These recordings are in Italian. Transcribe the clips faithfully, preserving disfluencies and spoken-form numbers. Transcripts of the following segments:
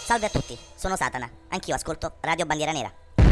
Salve a tutti, sono Satana, anch'io ascolto Radio Bandiera Nera.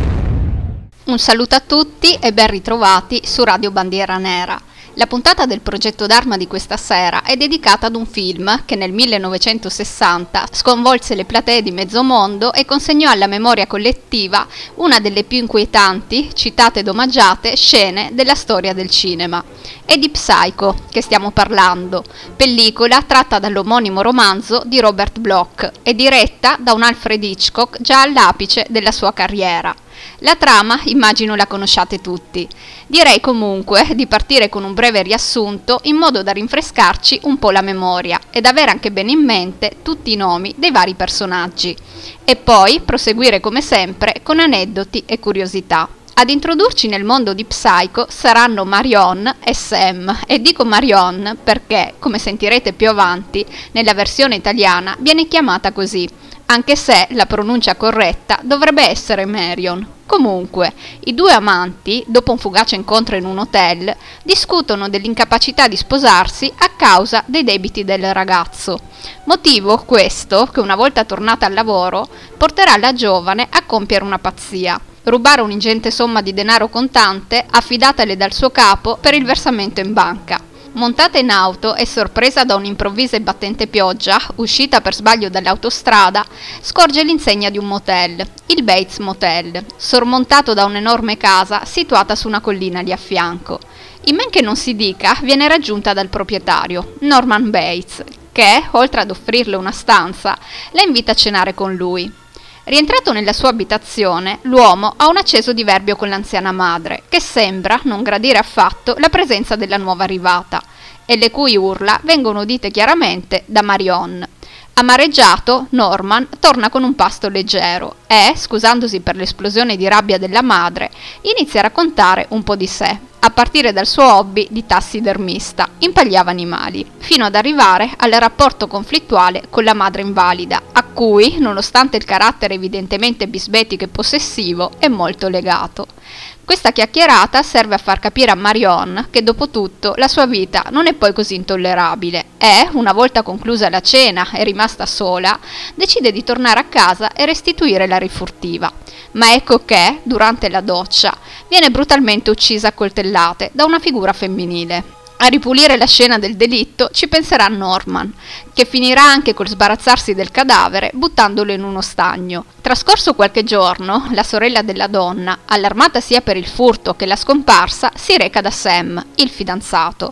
Un saluto a tutti e ben ritrovati su Radio Bandiera Nera. La puntata del progetto d'arma di questa sera è dedicata ad un film che nel millenovecentosessanta sconvolse le platee di mezzo mondo e consegnò alla memoria collettiva una delle più inquietanti, citate ed omaggiate scene della storia del cinema. È di Psycho che stiamo parlando, pellicola tratta dall'omonimo romanzo di Robert Bloch e diretta da un Alfred Hitchcock già all'apice della sua carriera. La trama immagino la conosciate tutti. Direi comunque di partire con un breve riassunto in modo da rinfrescarci un po' la memoria ed avere anche bene in mente tutti i nomi dei vari personaggi e poi proseguire come sempre con aneddoti e curiosità. Ad introdurci nel mondo di Psycho saranno Marion e Sam, e dico Marion perché, come sentirete più avanti, nella versione italiana viene chiamata così, anche se la pronuncia corretta dovrebbe essere Marion. Comunque, i due amanti, dopo un fugace incontro in un hotel, discutono dell'incapacità di sposarsi a causa dei debiti del ragazzo. Motivo questo che una volta tornata al lavoro porterà la giovane a compiere una pazzia. Rubare un'ingente somma di denaro contante affidatale dal suo capo per il versamento in banca. Montata in auto e sorpresa da un'improvvisa e battente pioggia, uscita per sbaglio dall'autostrada, scorge l'insegna di un motel, il Bates Motel, sormontato da un'enorme casa situata su una collina lì a fianco. In men che non si dica, viene raggiunta dal proprietario, Norman Bates, che, oltre ad offrirle una stanza, la invita a cenare con lui. Rientrato nella sua abitazione, l'uomo ha un acceso diverbio con l'anziana madre, che sembra non gradire affatto la presenza della nuova arrivata, e le cui urla vengono udite chiaramente da Marion. Amareggiato, Norman torna con un pasto leggero e, scusandosi per l'esplosione di rabbia della madre, inizia a raccontare un po' di sé, a partire dal suo hobby di tassidermista, impagliava animali, fino ad arrivare al rapporto conflittuale con la madre invalida, a cui, nonostante il carattere evidentemente bisbetico e possessivo, è molto legato. Questa chiacchierata serve a far capire a Marion che dopo tutto la sua vita non è poi così intollerabile e, una volta conclusa la cena e rimasta sola, decide di tornare a casa e restituire la rifurtiva. Ma ecco che, durante la doccia, viene brutalmente uccisa a coltellate da una figura femminile. A ripulire la scena del delitto ci penserà Norman, che finirà anche col sbarazzarsi del cadavere buttandolo in uno stagno. Trascorso qualche giorno, la sorella della donna, allarmata sia per il furto che la scomparsa, si reca da Sam, il fidanzato.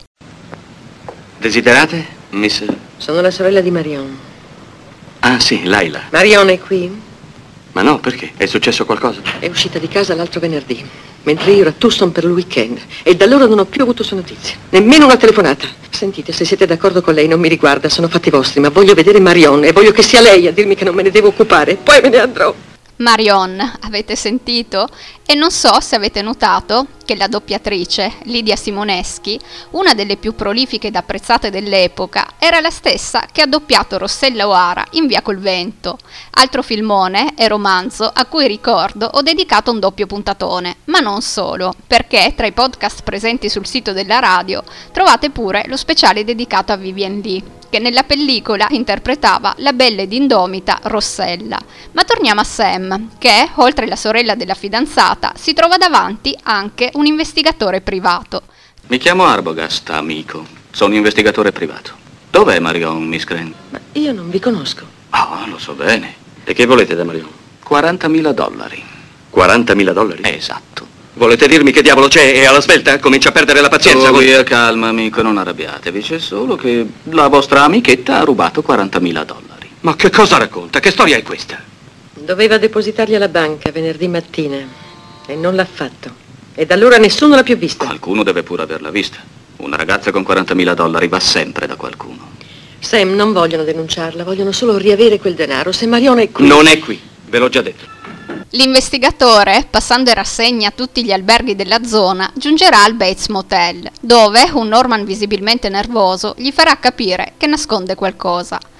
Desiderate, miss? Sono la sorella di Marion. Ah sì, Laila. Marion è qui? Ma no, perché? È successo qualcosa? È uscita di casa l'altro venerdì, mentre io ero a Tucson per il weekend, e da allora non ho più avuto sue notizie, nemmeno una telefonata. Sentite, se siete d'accordo con lei non mi riguarda, sono fatti vostri, ma voglio vedere Marion e voglio che sia lei a dirmi che non me ne devo occupare, poi me ne andrò. Marion, avete sentito? E non so se avete notato che la doppiatrice, Lidia Simoneschi, una delle più prolifiche ed apprezzate dell'epoca, era la stessa che ha doppiato Rossella O'Hara in Via col Vento, altro filmone e romanzo a cui ricordo ho dedicato un doppio puntatone, ma non solo, perché tra i podcast presenti sul sito della radio trovate pure lo speciale dedicato a Vivien Leigh, che nella pellicola interpretava la bella ed indomita Rossella. Ma torniamo a Sam, che, oltre alla sorella della fidanzata, si trova davanti anche un investigatore privato. Mi chiamo Arbogast, amico. Sono investigatore privato. Dov'è Marion, Miss Crane? Ma io non vi conosco. Ah, lo so bene. E che volete da Marion? quarantamila dollari. quarantamila dollari? Esatto. Volete dirmi che diavolo c'è e alla svelta comincia a perdere la pazienza? Oh, via, calma, amico, non arrabbiatevi. C'è solo che la vostra amichetta ha rubato quarantamila dollari. Ma che cosa racconta? Che storia è questa? Doveva depositarli alla banca venerdì mattina e non l'ha fatto. E da allora nessuno l'ha più vista. Qualcuno deve pure averla vista. Una ragazza con quarantamila dollari va sempre da qualcuno. Sam, non vogliono denunciarla, vogliono solo riavere quel denaro. Se Marion è qui... Non è qui, ve l'ho già detto. L'investigatore, passando in rassegna tutti gli alberghi della zona, giungerà al Bates Motel, dove un Norman visibilmente nervoso gli farà capire che nasconde qualcosa.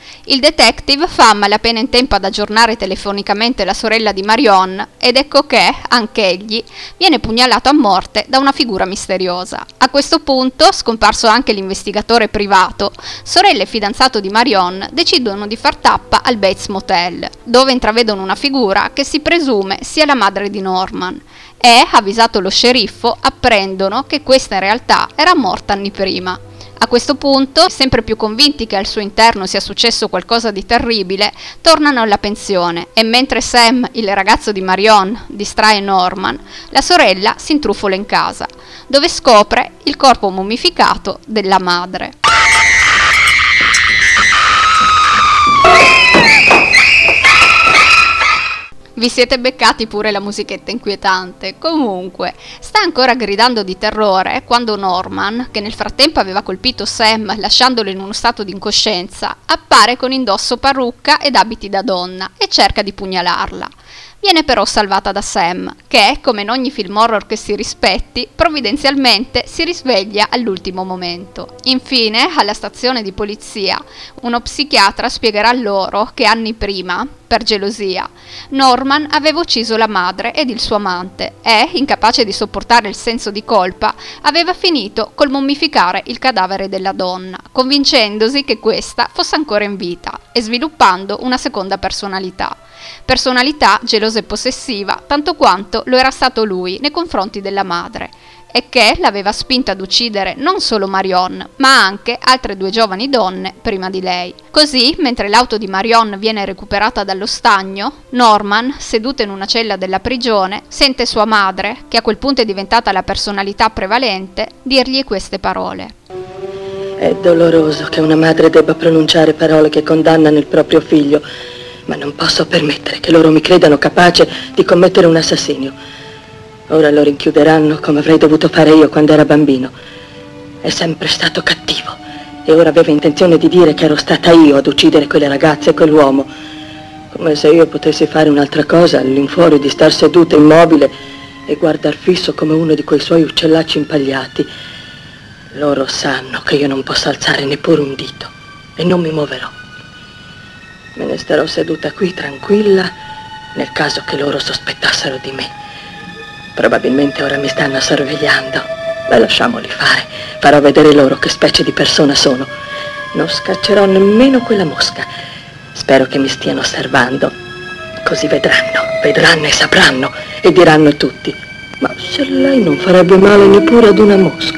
Il detective fa a malapena in tempo ad aggiornare telefonicamente la sorella di Marion ed ecco che, anch'egli, viene pugnalato a morte da una figura misteriosa. A questo punto, scomparso anche l'investigatore privato, sorella e fidanzato di Marion decidono di far tappa al Bates Motel, dove intravedono una figura che si presume sia la madre di Norman e, avvisato lo sceriffo, apprendono che questa in realtà era morta anni prima. A questo punto, sempre più convinti che al suo interno sia successo qualcosa di terribile, tornano alla pensione e mentre Sam, il ragazzo di Marion, distrae Norman, la sorella si intrufola in casa, dove scopre il corpo mummificato della madre. Vi siete beccati pure la musichetta inquietante. Comunque, sta ancora gridando di terrore quando Norman, che nel frattempo aveva colpito Sam lasciandolo in uno stato di incoscienza, appare con indosso parrucca ed abiti da donna e cerca di pugnalarla. Viene però salvata da Sam, che, come in ogni film horror che si rispetti, provvidenzialmente si risveglia all'ultimo momento. Infine, alla stazione di polizia, uno psichiatra spiegherà loro che anni prima, per gelosia, Norman aveva ucciso la madre ed il suo amante e, incapace di sopportare il senso di colpa, aveva finito col mummificare il cadavere della donna, convincendosi che questa fosse ancora in vita e sviluppando una seconda personalità. Personalità gelosa e possessiva, tanto quanto lo era stato lui nei confronti della madre, e che l'aveva spinta ad uccidere non solo Marion, ma anche altre due giovani donne prima di lei. Così, mentre l'auto di Marion viene recuperata dallo stagno, Norman, seduto in una cella della prigione, sente sua madre, che a quel punto è diventata la personalità prevalente, dirgli queste parole. È doloroso che una madre debba pronunciare parole che condannano il proprio figlio, ma non posso permettere che loro mi credano capace di commettere un assassinio. Ora lo rinchiuderanno come avrei dovuto fare io quando era bambino. È sempre stato cattivo e ora aveva intenzione di dire che ero stata io ad uccidere quelle ragazze e quell'uomo. Come se io potessi fare un'altra cosa all'infuori di star seduta immobile e guardar fisso come uno di quei suoi uccellacci impagliati. Loro sanno che io non posso alzare neppure un dito e non mi muoverò. Me ne starò seduta qui tranquilla nel caso che loro sospettassero di me. Probabilmente ora mi stanno sorvegliando. Ma lasciamoli fare. Farò vedere loro che specie di persona sono. Non scaccerò nemmeno quella mosca. Spero che mi stiano osservando. Così vedranno, vedranno e sapranno e diranno tutti. Ma se lei non farebbe male neppure ad una mosca.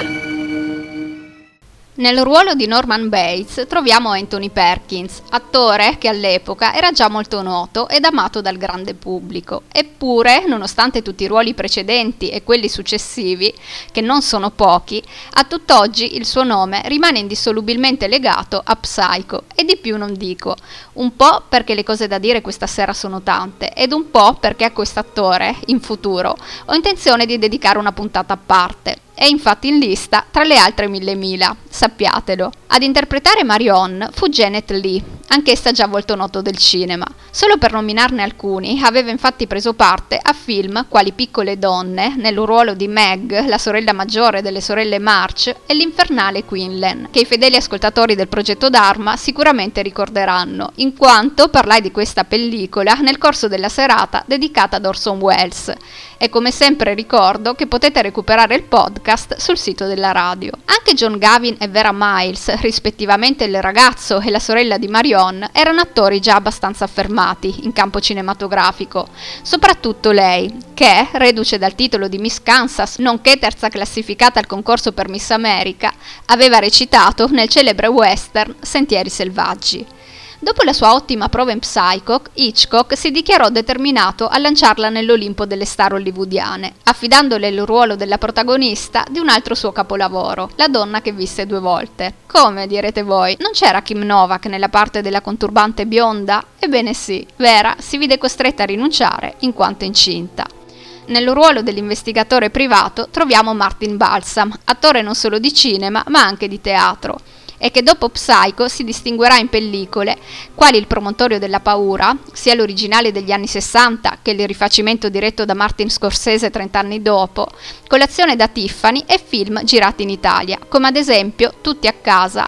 Nel ruolo di Norman Bates troviamo Anthony Perkins, attore che all'epoca era già molto noto ed amato dal grande pubblico. Eppure, nonostante tutti i ruoli precedenti e quelli successivi, che non sono pochi, a tutt'oggi il suo nome rimane indissolubilmente legato a Psycho, e di più non dico. Un po' perché le cose da dire questa sera sono tante, ed un po' perché a quest'attore, in futuro, ho intenzione di dedicare una puntata a parte. È infatti in lista tra le altre mille mila, sappiatelo. Ad interpretare Marion fu Janet Leigh, anch'essa già volto noto del cinema. Solo per nominarne alcuni, aveva infatti preso parte a film quali Piccole donne, nel ruolo di Meg, la sorella maggiore delle sorelle March, e l'infernale Quinlan, che i fedeli ascoltatori del progetto Dharma sicuramente ricorderanno, in quanto parlai di questa pellicola nel corso della serata dedicata ad Orson Welles. E come sempre ricordo che potete recuperare il podcast sul sito della radio. Anche John Gavin e Vera Miles, rispettivamente il ragazzo e la sorella di Marion, erano attori già abbastanza affermati in campo cinematografico, soprattutto lei, che, reduce dal titolo di Miss Kansas, nonché terza classificata al concorso per Miss America, aveva recitato nel celebre western Sentieri selvaggi. Dopo la sua ottima prova in Psycho, Hitchcock si dichiarò determinato a lanciarla nell'Olimpo delle star hollywoodiane, affidandole il ruolo della protagonista di un altro suo capolavoro, La donna che visse due volte. Come, direte voi, non c'era Kim Novak nella parte della conturbante bionda? Ebbene sì, Vera si vide costretta a rinunciare in quanto incinta. Nel ruolo dell'investigatore privato troviamo Martin Balsam, attore non solo di cinema ma anche di teatro, e che dopo Psycho si distinguerà in pellicole quali Il promontorio della paura, sia l'originale degli anni sessanta che il rifacimento diretto da Martin Scorsese trent'anni dopo, Colazione da Tiffany e film girati in Italia, come ad esempio Tutti a casa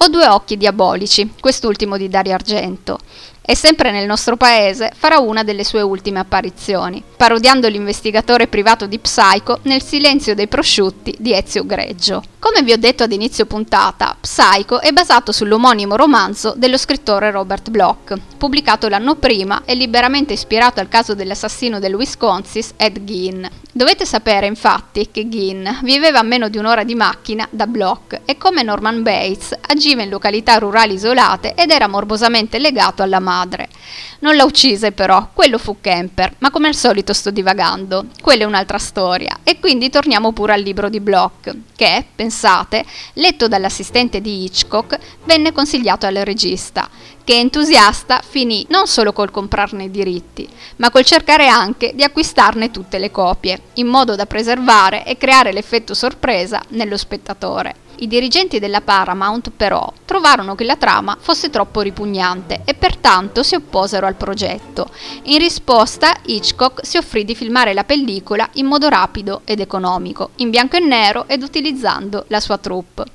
o Due occhi diabolici, quest'ultimo di Dario Argento. E sempre nel nostro paese farà una delle sue ultime apparizioni, parodiando l'investigatore privato di Psycho nel Silenzio dei prosciutti di Ezio Greggio. Come vi ho detto ad inizio puntata, Psycho è basato sull'omonimo romanzo dello scrittore Robert Bloch, pubblicato l'anno prima e liberamente ispirato al caso dell'assassino del Wisconsin Ed Gein. Dovete sapere infatti che Gein viveva a meno di un'ora di macchina da Bloch e come Norman Bates agiva in località rurali isolate ed era morbosamente legato alla madre. madre. Non la uccise però, quello fu Kemper, ma come al solito sto divagando, quella è un'altra storia, e quindi torniamo pure al libro di Bloch, che, pensate, letto dall'assistente di Hitchcock, venne consigliato al regista, che entusiasta finì non solo col comprarne i diritti, ma col cercare anche di acquistarne tutte le copie, in modo da preservare e creare l'effetto sorpresa nello spettatore. I dirigenti della Paramount, però, trovarono che la trama fosse troppo ripugnante e pertanto si opposero al progetto. In risposta, Hitchcock si offrì di filmare la pellicola in modo rapido ed economico, in bianco e nero ed utilizzando la sua troupe.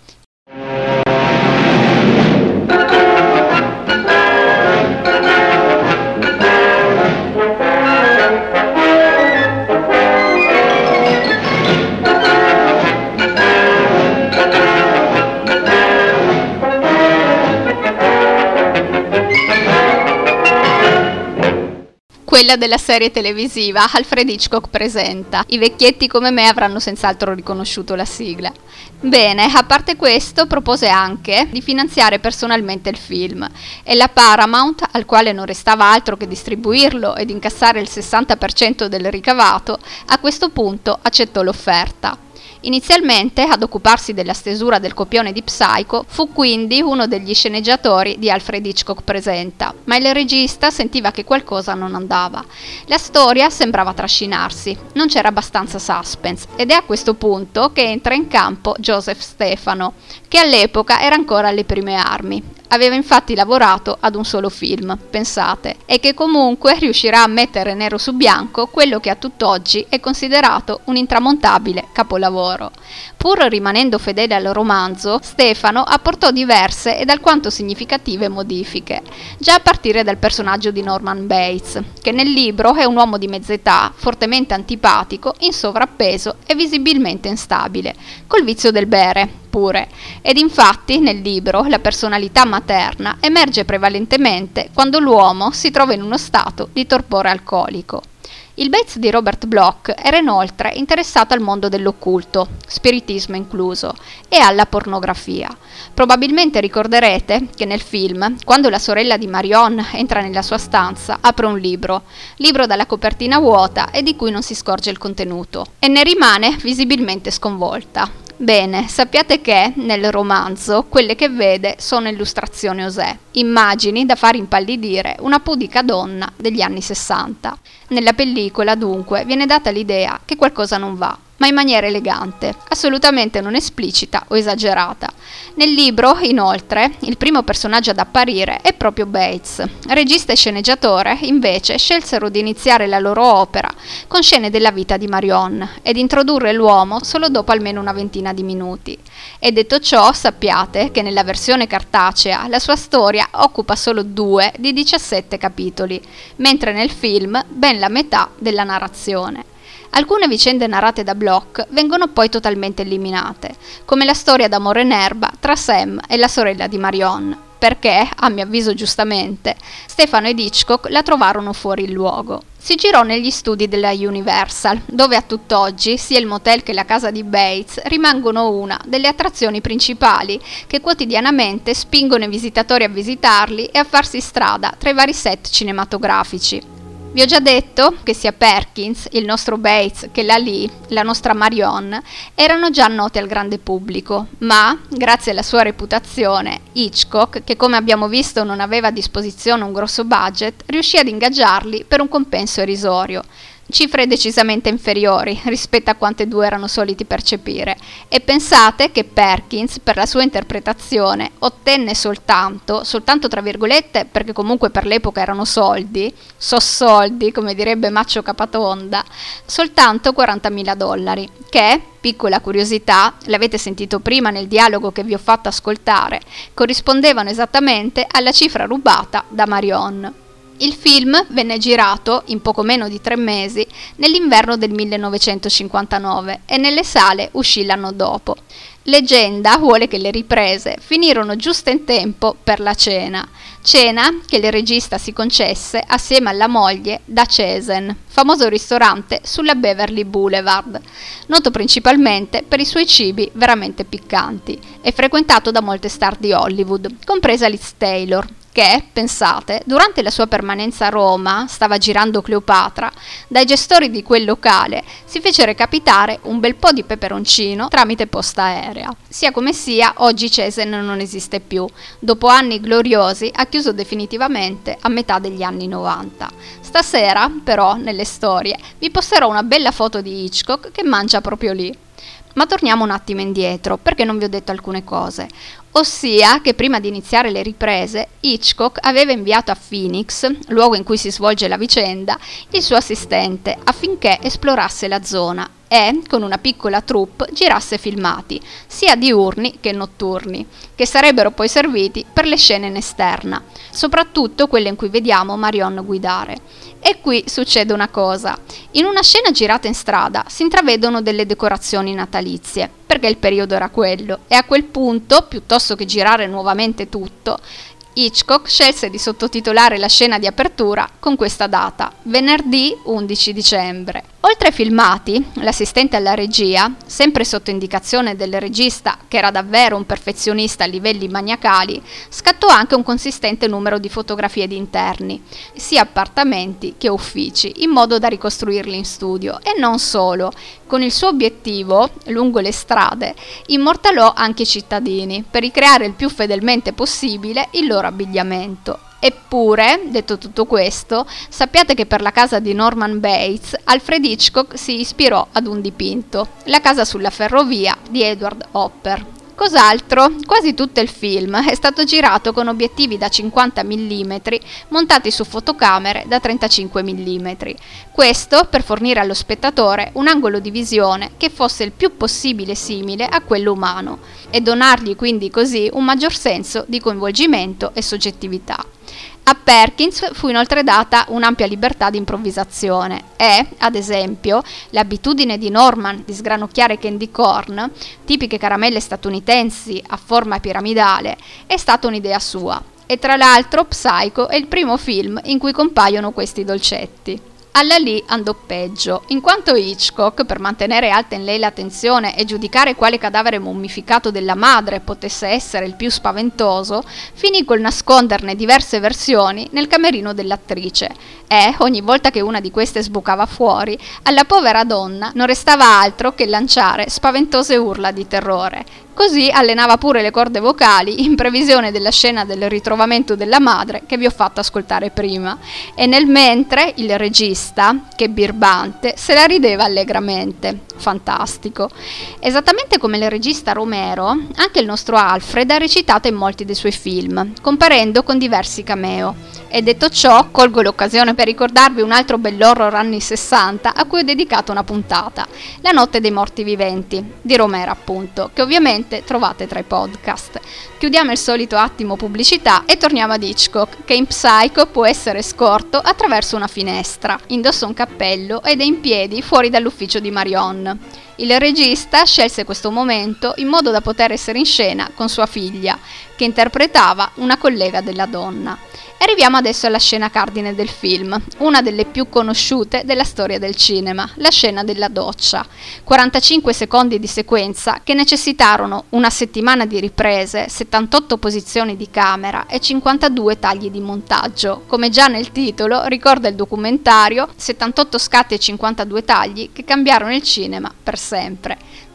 Quella della serie televisiva Alfred Hitchcock presenta. I vecchietti come me avranno senz'altro riconosciuto la sigla. Bene, a parte questo, propose anche di finanziare personalmente il film e la Paramount, al quale non restava altro che distribuirlo ed incassare il sessanta per cento del ricavato, a questo punto accettò l'offerta. Inizialmente ad occuparsi della stesura del copione di Psycho fu quindi uno degli sceneggiatori di Alfred Hitchcock presenta, ma il regista sentiva che qualcosa non andava. La storia sembrava trascinarsi, non c'era abbastanza suspense ed è a questo punto che entra in campo Joseph Stefano, che all'epoca era ancora alle prime armi. Aveva infatti lavorato ad un solo film, pensate, e che comunque riuscirà a mettere nero su bianco quello che a tutt'oggi è considerato un intramontabile capolavoro. Pur rimanendo fedele al romanzo, Stefano apportò diverse ed alquanto significative modifiche, già a partire dal personaggio di Norman Bates, che nel libro è un uomo di mezza età, fortemente antipatico, in sovrappeso e visibilmente instabile, col vizio del bere, pure, ed infatti nel libro la personalità materna emerge prevalentemente quando l'uomo si trova in uno stato di torpore alcolico. Il Bates di Robert Bloch era inoltre interessato al mondo dell'occulto, spiritismo incluso, e alla pornografia. Probabilmente ricorderete che nel film, quando la sorella di Marion entra nella sua stanza, apre un libro, libro dalla copertina vuota e di cui non si scorge il contenuto, e ne rimane visibilmente sconvolta. Bene, sappiate che, nel romanzo, quelle che vede sono illustrazioni osè, immagini da far impallidire una pudica donna degli anni sessanta. Nella pellicola, dunque, viene data l'idea che qualcosa non va, ma in maniera elegante, assolutamente non esplicita o esagerata. Nel libro, inoltre, il primo personaggio ad apparire è proprio Bates. Regista e sceneggiatore, invece, scelsero di iniziare la loro opera con scene della vita di Marion ed introdurre l'uomo solo dopo almeno una ventina di minuti. E detto ciò, sappiate che nella versione cartacea la sua storia occupa solo due di diciassette capitoli, mentre nel film ben la metà della narrazione. Alcune vicende narrate da Bloch vengono poi totalmente eliminate, come la storia d'amore in erba tra Sam e la sorella di Marion, perché, a mio avviso giustamente, Stefano ed Hitchcock la trovarono fuori il luogo. Si girò negli studi della Universal, dove a tutt'oggi sia il motel che la casa di Bates rimangono una delle attrazioni principali che quotidianamente spingono i visitatori a visitarli e a farsi strada tra i vari set cinematografici. Vi ho già detto che sia Perkins, il nostro Bates, che la Lee, la nostra Marion, erano già note al grande pubblico, ma, grazie alla sua reputazione, Hitchcock, che come abbiamo visto non aveva a disposizione un grosso budget, riuscì ad ingaggiarli per un compenso irrisorio, cifre decisamente inferiori rispetto a quante due erano soliti percepire, e pensate che Perkins per la sua interpretazione ottenne soltanto, soltanto tra virgolette perché comunque per l'epoca erano soldi, so soldi come direbbe Maccio Capatonda, soltanto quarantamila dollari, che, piccola curiosità, l'avete sentito prima nel dialogo che vi ho fatto ascoltare, corrispondevano esattamente alla cifra rubata da Marion. Il film venne girato, in poco meno di tre mesi, nell'inverno del millenovecentocinquantanove e nelle sale uscì l'anno dopo. Leggenda vuole che le riprese finirono giusto in tempo per la cena, cena che il regista si concesse assieme alla moglie da Cesen, famoso ristorante sulla Beverly Boulevard, noto principalmente per i suoi cibi veramente piccanti e frequentato da molte star di Hollywood, compresa Liz Taylor, che, pensate, durante la sua permanenza a Roma, stava girando Cleopatra, dai gestori di quel locale si fece recapitare un bel po' di peperoncino tramite posta aerea. Sia come sia, oggi Cesen non esiste più, dopo anni gloriosi ha chiuso definitivamente a metà degli anni novanta. Stasera, però, nelle storie, vi posterò una bella foto di Hitchcock che mangia proprio lì. Ma torniamo un attimo indietro, perché non vi ho detto alcune cose. Ossia che prima di iniziare le riprese, Hitchcock aveva inviato a Phoenix, luogo in cui si svolge la vicenda, il suo assistente affinché esplorasse la zona e, con una piccola troupe, girasse filmati, sia diurni che notturni, che sarebbero poi serviti per le scene in esterna, soprattutto quelle in cui vediamo Marion guidare. E qui succede una cosa. In una scena girata in strada si intravedono delle decorazioni natalizie, perché il periodo era quello, e a quel punto, piuttosto che girare nuovamente tutto, Hitchcock scelse di sottotitolare la scena di apertura con questa data, venerdì undici dicembre. Oltre ai filmati, l'assistente alla regia, sempre sotto indicazione del regista, che era davvero un perfezionista a livelli maniacali, scattò anche un consistente numero di fotografie di interni, sia appartamenti che uffici, in modo da ricostruirli in studio. E non solo, con il suo obiettivo, lungo le strade, immortalò anche i cittadini, per ricreare il più fedelmente possibile il loro abbigliamento. Eppure, detto tutto questo, sappiate che per la casa di Norman Bates, Alfred Hitchcock si ispirò ad un dipinto, La casa sulla ferrovia di Edward Hopper. Cos'altro? Quasi tutto il film è stato girato con obiettivi da cinquanta millimetri montati su fotocamere da trentacinque millimetri. Questo per fornire allo spettatore un angolo di visione che fosse il più possibile simile a quello umano e donargli quindi così un maggior senso di coinvolgimento e soggettività. A Perkins fu inoltre data un'ampia libertà di improvvisazione e, ad esempio, l'abitudine di Norman di sgranocchiare candy corn, tipiche caramelle statunitensi a forma piramidale, è stata un'idea sua. E tra l'altro Psycho è il primo film in cui compaiono questi dolcetti. Alla lì andò peggio, in quanto Hitchcock, per mantenere alta in lei l'attenzione e giudicare quale cadavere mummificato della madre potesse essere il più spaventoso, finì col nasconderne diverse versioni nel camerino dell'attrice e, ogni volta che una di queste sbucava fuori, alla povera donna non restava altro che lanciare spaventose urla di terrore. Così allenava pure le corde vocali in previsione della scena del ritrovamento della madre che vi ho fatto ascoltare prima. E nel mentre il regista, che birbante, se la rideva allegramente. Fantastico. Esattamente come il regista Romero, anche il nostro Alfred ha recitato in molti dei suoi film, comparendo con diversi cameo. E detto ciò, colgo l'occasione per ricordarvi un altro bell'horror anni sessanta a cui ho dedicato una puntata, La notte dei morti viventi, di Romero appunto, che ovviamente trovate tra i podcast. Chiudiamo il solito attimo pubblicità e torniamo ad Hitchcock, che in Psycho può essere scorto attraverso una finestra, indossa un cappello ed è in piedi fuori dall'ufficio di Marion. Il regista scelse questo momento in modo da poter essere in scena con sua figlia, che interpretava una collega della donna. Arriviamo adesso alla scena cardine del film, una delle più conosciute della storia del cinema, la scena della doccia. quarantacinque secondi di sequenza che necessitarono una settimana di riprese, settantotto posizioni di camera e cinquantadue tagli di montaggio. Come già nel titolo ricorda il documentario, settantotto scatti e cinquantadue tagli che cambiarono il cinema per sempre.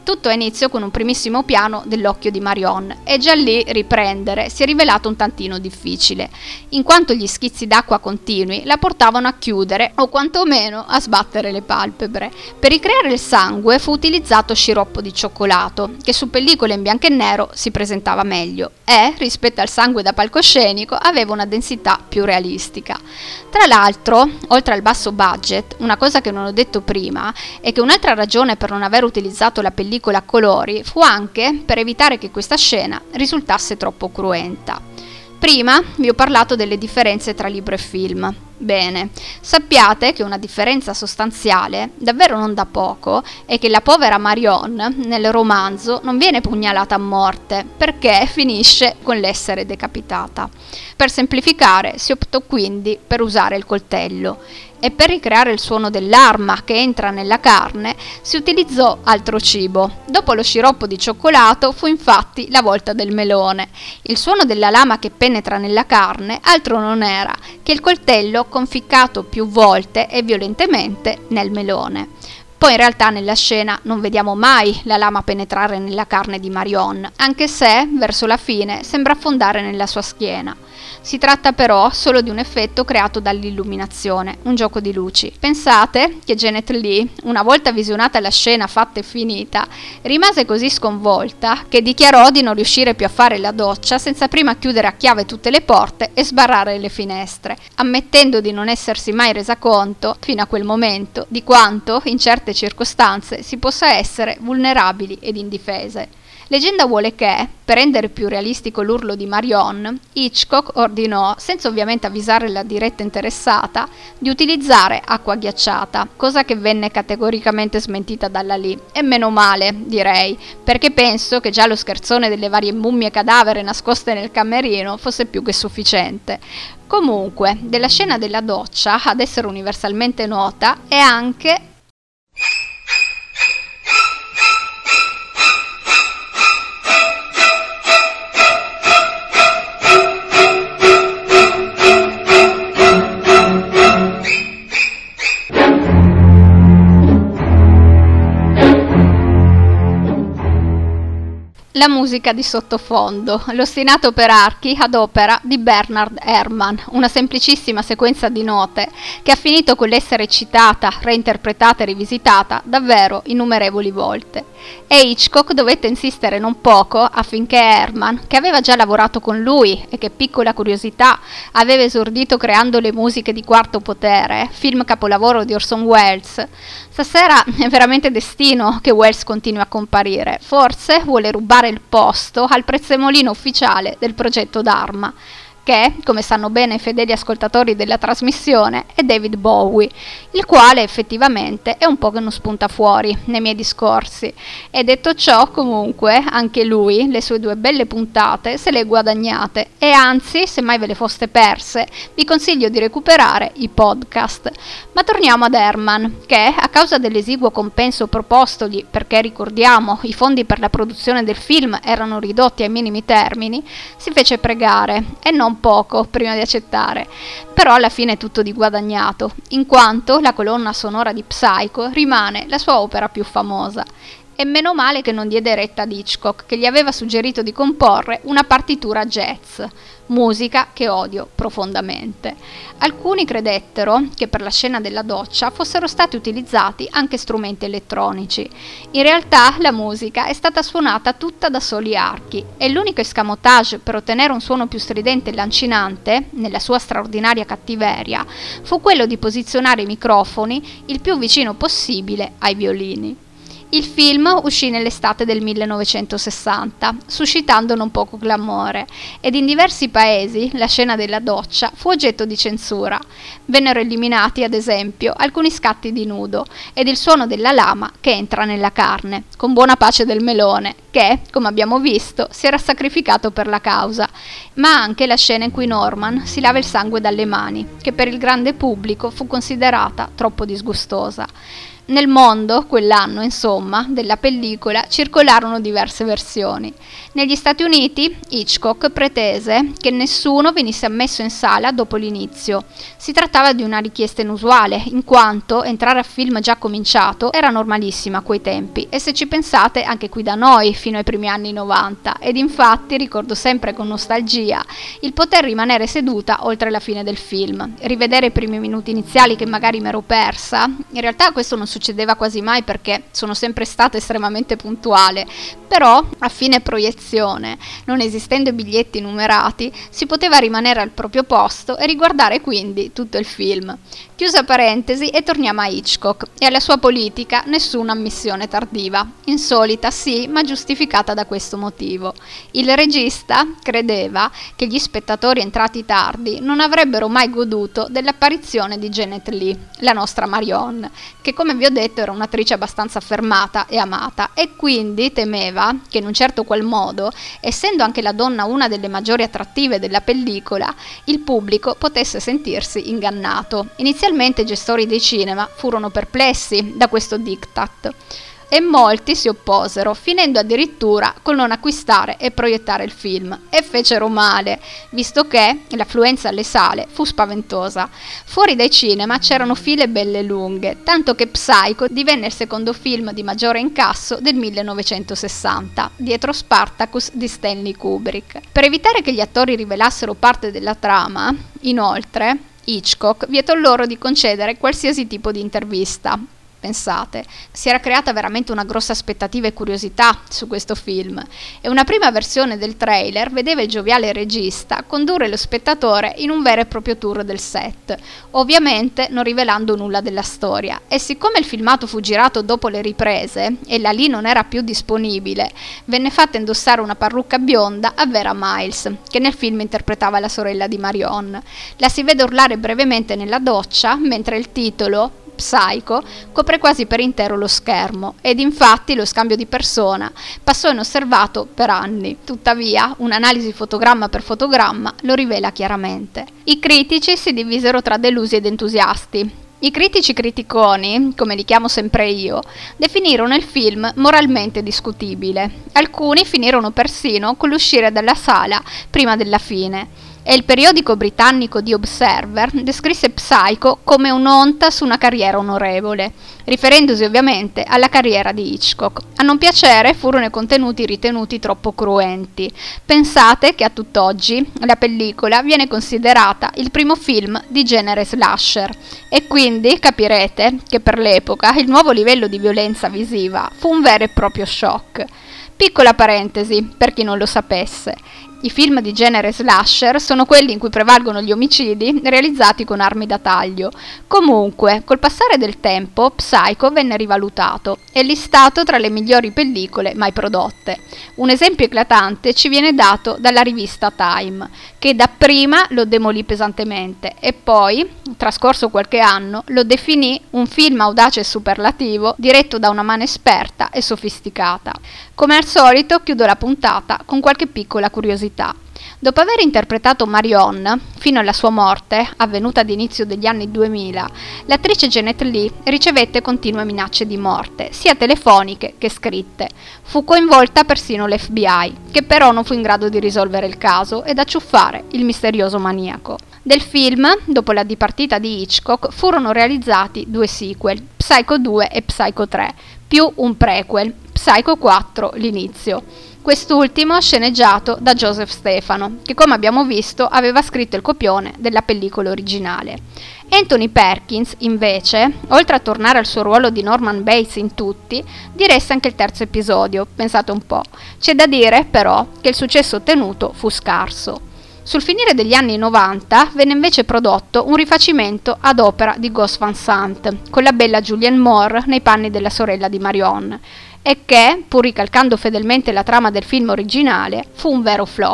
Tutto ha inizio con un primissimo piano dell'occhio di Marion e già lì riprendere si è rivelato un tantino difficile, in quanto gli schizzi d'acqua continui la portavano a chiudere o quantomeno a sbattere le palpebre. Per ricreare il sangue fu utilizzato sciroppo di cioccolato, che su pellicole in bianco e nero si presentava meglio e, rispetto al sangue da palcoscenico, aveva una densità più realistica. Tra l'altro, oltre al basso budget, una cosa che non ho detto prima è che un'altra ragione per non aver utilizzato la pellicola a colori fu anche per evitare che questa scena risultasse troppo cruenta. Prima vi ho parlato delle differenze tra libro e film. Bene, sappiate che una differenza sostanziale, davvero non da poco, è che la povera Marion nel romanzo non viene pugnalata a morte perché finisce con l'essere decapitata. Per semplificare si optò quindi per usare il coltello e per ricreare il suono dell'arma che entra nella carne si utilizzò altro cibo. Dopo lo sciroppo di cioccolato fu infatti la volta del melone. Il suono della lama che penetra nella carne altro non era che il coltello conficcato più volte e violentemente nel melone. Poi in realtà nella scena non vediamo mai la lama penetrare nella carne di Marion, anche se verso la fine sembra affondare nella sua schiena. Si tratta però solo di un effetto creato dall'illuminazione, un gioco di luci. Pensate che Janet Leigh, una volta visionata la scena fatta e finita, rimase così sconvolta che dichiarò di non riuscire più a fare la doccia senza prima chiudere a chiave tutte le porte e sbarrare le finestre, ammettendo di non essersi mai resa conto, fino a quel momento, di quanto, in certe circostanze, si possa essere vulnerabili ed indifese. Leggenda vuole che, per rendere più realistico l'urlo di Marion, Hitchcock ordinò, senza ovviamente avvisare la diretta interessata, di utilizzare acqua ghiacciata, cosa che venne categoricamente smentita dalla Leigh. E meno male, direi, perché penso che già lo scherzone delle varie mummie cadavere nascoste nel camerino fosse più che sufficiente. Comunque, della scena della doccia, ad essere universalmente nota, è anche la musica di sottofondo, l'ostinato per archi ad opera di Bernard Herrmann, una semplicissima sequenza di note che ha finito con l'essere citata, reinterpretata e rivisitata davvero innumerevoli volte. E Hitchcock dovette insistere non poco affinché Herrmann, che aveva già lavorato con lui e che, piccola curiosità, aveva esordito creando le musiche di Quarto Potere, film capolavoro di Orson Welles. Stasera è veramente destino che Welles continui a comparire, forse vuole rubare il posto al prezzemolino ufficiale del progetto Dharma, che, come sanno bene i fedeli ascoltatori della trasmissione, è David Bowie, il quale effettivamente è un po' che non spunta fuori nei miei discorsi. E detto ciò, comunque, anche lui, le sue due belle puntate, se le è guadagnate, e anzi, se mai ve le foste perse, vi consiglio di recuperare i podcast. Ma torniamo ad Herrmann, che, a causa dell'esiguo compenso propostogli, perché ricordiamo, i fondi per la produzione del film erano ridotti ai minimi termini, si fece pregare, e non poco prima di accettare, però alla fine è tutto di guadagnato, in quanto la colonna sonora di Psycho rimane la sua opera più famosa. E meno male che non diede retta ad Hitchcock, che gli aveva suggerito di comporre una partitura jazz, musica che odio profondamente. Alcuni credettero che per la scena della doccia fossero stati utilizzati anche strumenti elettronici. In realtà la musica è stata suonata tutta da soli archi e l'unico escamotage per ottenere un suono più stridente e lancinante, nella sua straordinaria cattiveria, fu quello di posizionare i microfoni il più vicino possibile ai violini. Il film uscì nell'estate del millenovecentosessanta, suscitando non poco clamore, ed in diversi paesi la scena della doccia fu oggetto di censura. Vennero eliminati, ad esempio, alcuni scatti di nudo ed il suono della lama che entra nella carne, con buona pace del melone, che, come abbiamo visto, si era sacrificato per la causa, ma anche la scena in cui Norman si lava il sangue dalle mani, che per il grande pubblico fu considerata troppo disgustosa. Nel mondo, quell'anno, insomma, della pellicola circolarono diverse versioni. Negli Stati Uniti, Hitchcock pretese che nessuno venisse ammesso in sala dopo l'inizio. Si trattava di una richiesta inusuale, in quanto entrare a film già cominciato era normalissima a quei tempi, e se ci pensate anche qui da noi fino ai primi anni novanta, ed infatti ricordo sempre con nostalgia il poter rimanere seduta oltre la fine del film, rivedere i primi minuti iniziali che magari mi ero persa. In realtà questo non succedeva quasi mai perché sono sempre stata estremamente puntuale, però a fine proiezione, non esistendo biglietti numerati, si poteva rimanere al proprio posto e riguardare quindi tutto il film. Chiusa parentesi e torniamo a Hitchcock e alla sua politica nessuna ammissione tardiva, insolita sì, ma giustificata da questo motivo. Il regista credeva che gli spettatori entrati tardi non avrebbero mai goduto dell'apparizione di Janet Leigh, la nostra Marion, che come vi ho detto era un'attrice abbastanza affermata e amata, e quindi temeva che in un certo qual modo, essendo anche la donna una delle maggiori attrattive della pellicola, il pubblico potesse sentirsi ingannato. Inizialmente i gestori dei cinema furono perplessi da questo diktat e molti si opposero, finendo addirittura col non acquistare e proiettare il film, e fecero male, visto che l'affluenza alle sale fu spaventosa. Fuori dai cinema c'erano file belle lunghe, tanto che Psycho divenne il secondo film di maggiore incasso del millenovecentosessanta, dietro Spartacus di Stanley Kubrick. Per evitare che gli attori rivelassero parte della trama, inoltre, Hitchcock vietò loro di concedere qualsiasi tipo di intervista. Pensate, si era creata veramente una grossa aspettativa e curiosità su questo film, e una prima versione del trailer vedeva il gioviale regista condurre lo spettatore in un vero e proprio tour del set, ovviamente non rivelando nulla della storia, e siccome il filmato fu girato dopo le riprese e la Lee non era più disponibile, venne fatta indossare una parrucca bionda a Vera Miles, che nel film interpretava la sorella di Marion. La si vede urlare brevemente nella doccia, mentre il titolo Psycho copre quasi per intero lo schermo, ed infatti lo scambio di persona passò inosservato per anni. Tuttavia, un'analisi fotogramma per fotogramma lo rivela chiaramente. I critici si divisero tra delusi ed entusiasti. I critici criticoni, come li chiamo sempre io, definirono il film moralmente discutibile. Alcuni finirono persino con l'uscire dalla sala prima della fine. E il periodico britannico The Observer descrisse Psycho come un'onta su una carriera onorevole, riferendosi ovviamente alla carriera di Hitchcock. A non piacere furono i contenuti ritenuti troppo cruenti. Pensate che a tutt'oggi la pellicola viene considerata il primo film di genere slasher, e quindi capirete che per l'epoca il nuovo livello di violenza visiva fu un vero e proprio shock. Piccola parentesi, per chi non lo sapesse. I film di genere slasher sono quelli in cui prevalgono gli omicidi realizzati con armi da taglio. Comunque, col passare del tempo, Psycho venne rivalutato e listato tra le migliori pellicole mai prodotte. Un esempio eclatante ci viene dato dalla rivista Time, che dapprima lo demolì pesantemente e poi, trascorso qualche anno, lo definì un film audace e superlativo diretto da una mano esperta e sofisticata. Come al solito chiudo la puntata con qualche piccola curiosità. Dopo aver interpretato Marion fino alla sua morte, avvenuta ad inizio degli anni duemila, l'attrice Janet Leigh ricevette continue minacce di morte, sia telefoniche che scritte. Fu coinvolta persino l'F B I, che però non fu in grado di risolvere il caso ed acciuffare il misterioso maniaco. Del film, dopo la dipartita di Hitchcock, furono realizzati due sequel, Psycho due e Psycho tre, più un prequel, Psycho quattro, l'inizio. Quest'ultimo sceneggiato da Joseph Stefano, che come abbiamo visto aveva scritto il copione della pellicola originale. Anthony Perkins, invece, oltre a tornare al suo ruolo di Norman Bates in tutti, diresse anche il terzo episodio, pensate un po'. C'è da dire, però, che il successo ottenuto fu scarso. Sul finire degli anni novanta venne invece prodotto un rifacimento ad opera di Gus Van Sant, con la bella Julianne Moore nei panni della sorella di Marion, e che, pur ricalcando fedelmente la trama del film originale, fu un vero flop.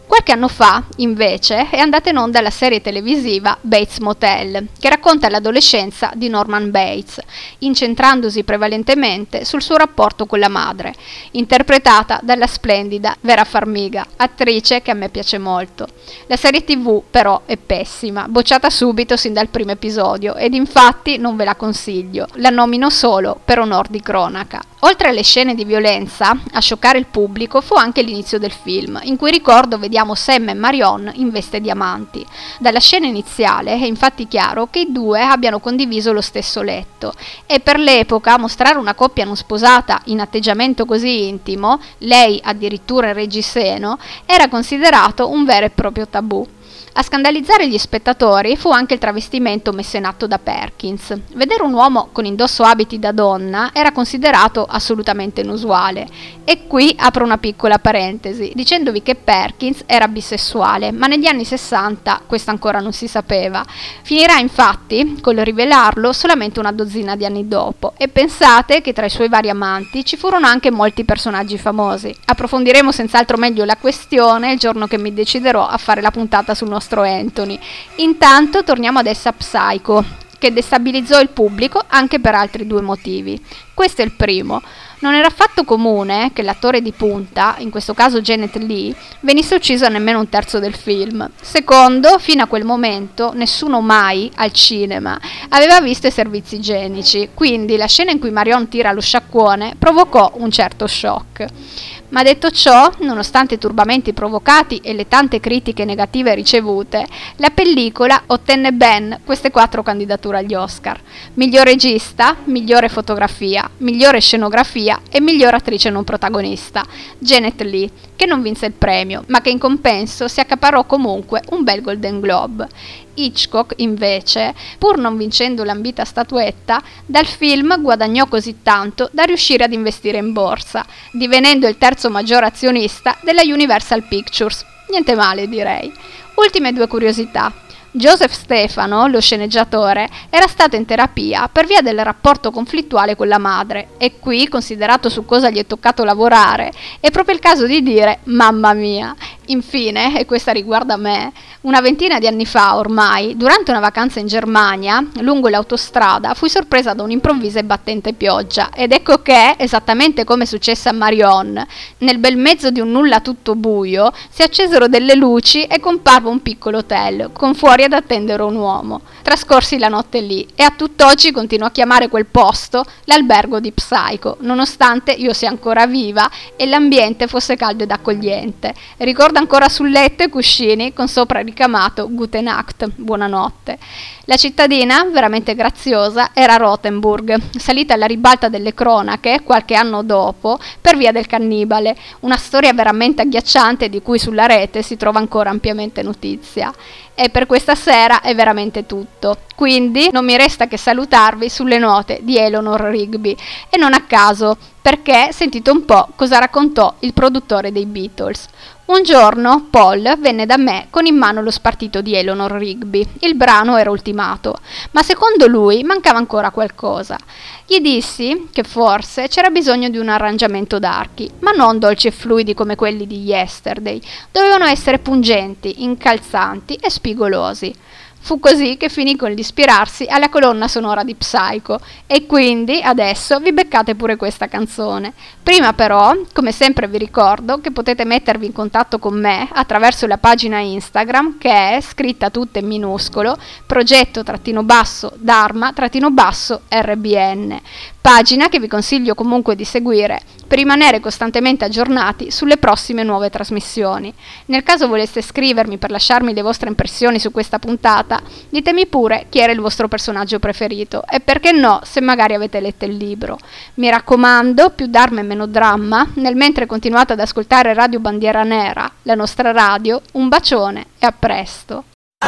Qualche anno fa, invece, è andata in onda la serie televisiva Bates Motel, che racconta l'adolescenza di Norman Bates, incentrandosi prevalentemente sul suo rapporto con la madre, interpretata dalla splendida Vera Farmiga, attrice che a me piace molto. La serie tivù, però, è pessima, bocciata subito sin dal primo episodio, ed infatti non ve la consiglio, la nomino solo per onor di cronaca. Oltre alle scene di violenza, a scioccare il pubblico fu anche l'inizio del film, in cui ricordo vediamo Sam e Marion in veste di amanti. Dalla scena iniziale è infatti chiaro che i due abbiano condiviso lo stesso letto, e per l'epoca mostrare una coppia non sposata in atteggiamento così intimo, lei addirittura in reggiseno, era considerato un vero e proprio tabù. A scandalizzare gli spettatori fu anche il travestimento messo in atto da Perkins. Vedere un uomo con indosso abiti da donna era considerato assolutamente inusuale. E qui apro una piccola parentesi, dicendovi che Perkins era bisessuale, ma negli anni sessanta questo ancora non si sapeva. Finirà infatti col rivelarlo solamente una dozzina di anni dopo, e pensate che tra i suoi vari amanti ci furono anche molti personaggi famosi. Approfondiremo senz'altro meglio la questione il giorno che mi deciderò a fare la puntata sul nostro Anthony. Intanto torniamo ad essa Psycho, che destabilizzò il pubblico anche per altri due motivi. Questo è il primo. Non era affatto comune che l'attore di punta, in questo caso Janet Leigh, venisse ucciso a nemmeno un terzo del film. Secondo, fino a quel momento nessuno mai al cinema aveva visto i servizi igienici, quindi la scena in cui Marion tira lo sciacquone provocò un certo shock. Ma detto ciò, nonostante i turbamenti provocati e le tante critiche negative ricevute, la pellicola ottenne ben queste quattro candidature agli Oscar: miglior regista, migliore fotografia, migliore scenografia e miglior attrice non protagonista, Janet Leigh, che non vinse il premio, ma che in compenso si accaparrò comunque un bel Golden Globe. Hitchcock, invece, pur non vincendo l'ambita statuetta, dal film guadagnò così tanto da riuscire ad investire in borsa, divenendo il terzo maggior azionista della Universal Pictures. Niente male, direi. Ultime due curiosità. Joseph Stefano, lo sceneggiatore, era stato in terapia per via del rapporto conflittuale con la madre, e qui, considerato su cosa gli è toccato lavorare, è proprio il caso di dire mamma mia. Infine, e questa riguarda me, una ventina di anni fa ormai, durante una vacanza in Germania, lungo l'autostrada, fui sorpresa da un'improvvisa e battente pioggia, ed ecco che, esattamente come successe a Marion, nel bel mezzo di un nulla tutto buio, si accesero delle luci e comparve un piccolo hotel, con fuori ad attendere un uomo. Trascorsi la notte lì, e a tutt'oggi continuo a chiamare quel posto l'albergo di Psycho, nonostante io sia ancora viva e l'ambiente fosse caldo ed accogliente. Ricordo ancora sul letto i cuscini con sopra ricamato Gute Nacht, buonanotte. La cittadina, veramente graziosa, era Rothenburg, salita alla ribalta delle cronache qualche anno dopo per via del cannibale, una storia veramente agghiacciante di cui sulla rete si trova ancora ampiamente notizia. E per questa sera è veramente tutto, quindi non mi resta che salutarvi sulle note di Eleanor Rigby, e non a caso, perché sentite un po' cosa raccontò il produttore dei Beatles. Un giorno Paul venne da me con in mano lo spartito di Eleanor Rigby. Il brano era ultimato, ma secondo lui mancava ancora qualcosa. Gli dissi che forse c'era bisogno di un arrangiamento d'archi, ma non dolci e fluidi come quelli di Yesterday. Dovevano essere pungenti, incalzanti e spigolosi. Fu così che finì con l'ispirarsi alla colonna sonora di Psycho, e quindi adesso vi beccate pure questa canzone. Prima però, come sempre vi ricordo che potete mettervi in contatto con me attraverso la pagina Instagram, che è scritta tutta in minuscolo, progetto trattino basso Dharma trattino basso R B N, pagina che vi consiglio comunque di seguire per rimanere costantemente aggiornati sulle prossime nuove trasmissioni. Nel caso voleste scrivermi per lasciarmi le vostre impressioni su questa puntata, ditemi pure chi era il vostro personaggio preferito e perché no, se magari avete letto il libro. Mi raccomando, più Dharma e meno dramma, nel mentre continuate ad ascoltare Radio Bandiera Nera, la nostra radio. Un bacione e a presto.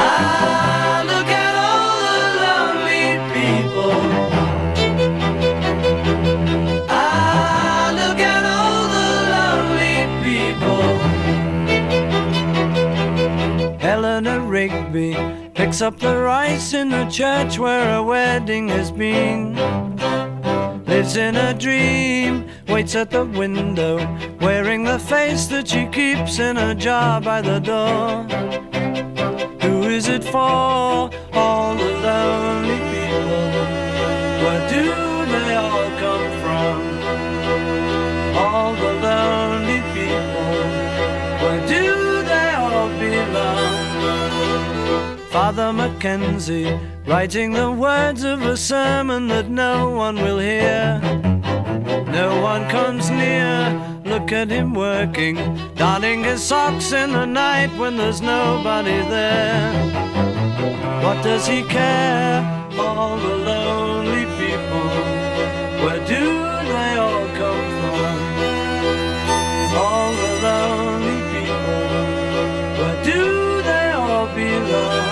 Eleanor Rigby picks up the rice in the church where a wedding has been. lives in a dream, waits at the window, wearing the face that she keeps in a jar by the door. Who is it for? All the lonely people. Where do they all come from? All the lonely people. Where do they all belong? Father Mackenzie, writing the words of a sermon that no one will hear. No one comes near, look at him working, darning his socks in the night when there's nobody there. What does he care? All the lonely people, where do they all come from? All the lonely people, where do they all belong?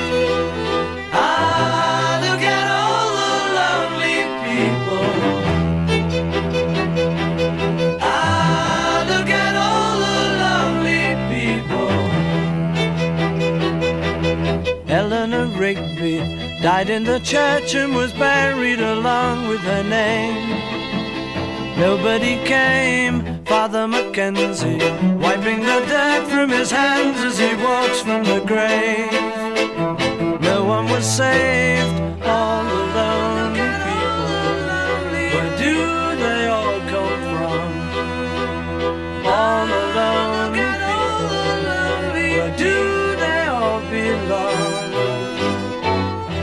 Eleanor Rigby died in the church and was buried along with her name. Nobody came, Father Mackenzie, wiping the dirt from his hands as he walks from the grave. No one was saved, all the lonely people. Where do they all come from? All the lonely people. Where do they all belong?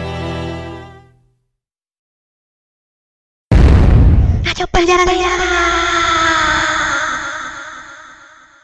Radio Bandiera Nera.